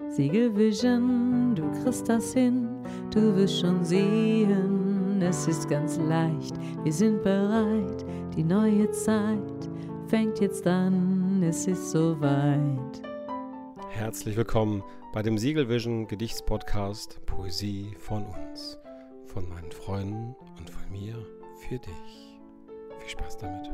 Siegelvision, du kriegst das hin, du wirst schon sehen, es ist ganz leicht, wir sind bereit, die neue Zeit fängt jetzt an, es ist soweit. Herzlich willkommen bei dem Siegelvision Gedichtspodcast Poesie von uns, von meinen Freunden und von mir für dich. Viel Spaß damit.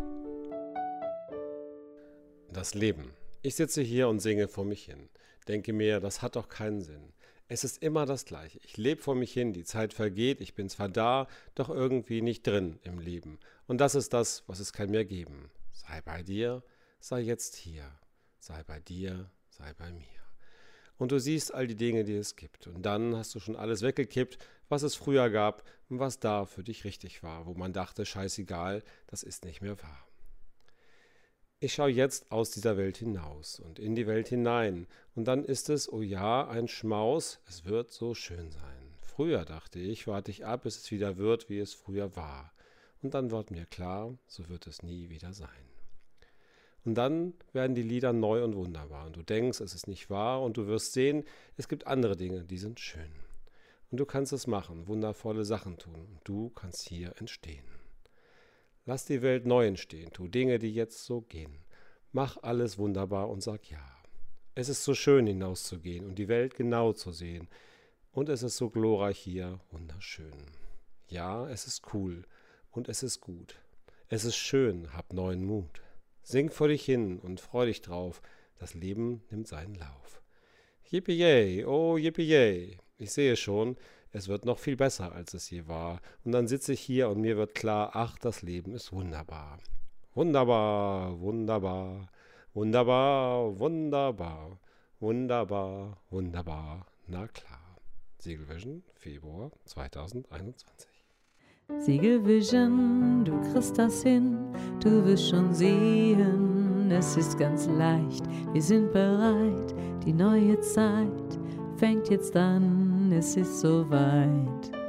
Das Leben. Ich sitze hier und singe vor mich hin. Denke mir, das hat doch keinen Sinn. Es ist immer das Gleiche. Ich lebe vor mich hin, die Zeit vergeht, ich bin zwar da, doch irgendwie nicht drin im Leben. Und das ist das, was es kann mir geben. Sei bei dir, sei jetzt hier. Sei bei dir, sei bei mir. Und du siehst all die Dinge, die es gibt. Und dann hast du schon alles weggekippt, was es früher gab und was da für dich richtig war, wo man dachte, scheißegal, das ist nicht mehr wahr. Ich schaue jetzt aus dieser Welt hinaus und in die Welt hinein. Und dann ist es, oh ja, ein Schmaus, es wird so schön sein. Früher dachte ich, warte ich ab, bis es wieder wird, wie es früher war. Und dann wird mir klar, so wird es nie wieder sein. Und dann werden die Lieder neu und wunderbar. Und du denkst, es ist nicht wahr und du wirst sehen, es gibt andere Dinge, die sind schön. Und du kannst es machen, wundervolle Sachen tun. Und du kannst hier entstehen. Lass die Welt neu entstehen, tu Dinge, die jetzt so gehen. Mach alles wunderbar und sag ja. Es ist so schön hinauszugehen und die Welt genau zu sehen. Und es ist so glorreich hier, wunderschön. Ja, es ist cool und es ist gut. Es ist schön, hab neuen Mut. Sing vor dich hin und freu dich drauf, das Leben nimmt seinen Lauf. Yippie-yay, oh yippie-yay. Ich sehe schon, es wird noch viel besser, als es je war. Und dann sitze ich hier und mir wird klar, ach, das Leben ist wunderbar. Wunderbar, wunderbar, wunderbar, wunderbar, wunderbar, wunderbar, na klar. Siegelvision, Februar 2021. Siegelvision, du kriegst das hin, du wirst schon sehen, es ist ganz leicht, wir sind bereit, die neue Zeit fängt jetzt an, es ist soweit.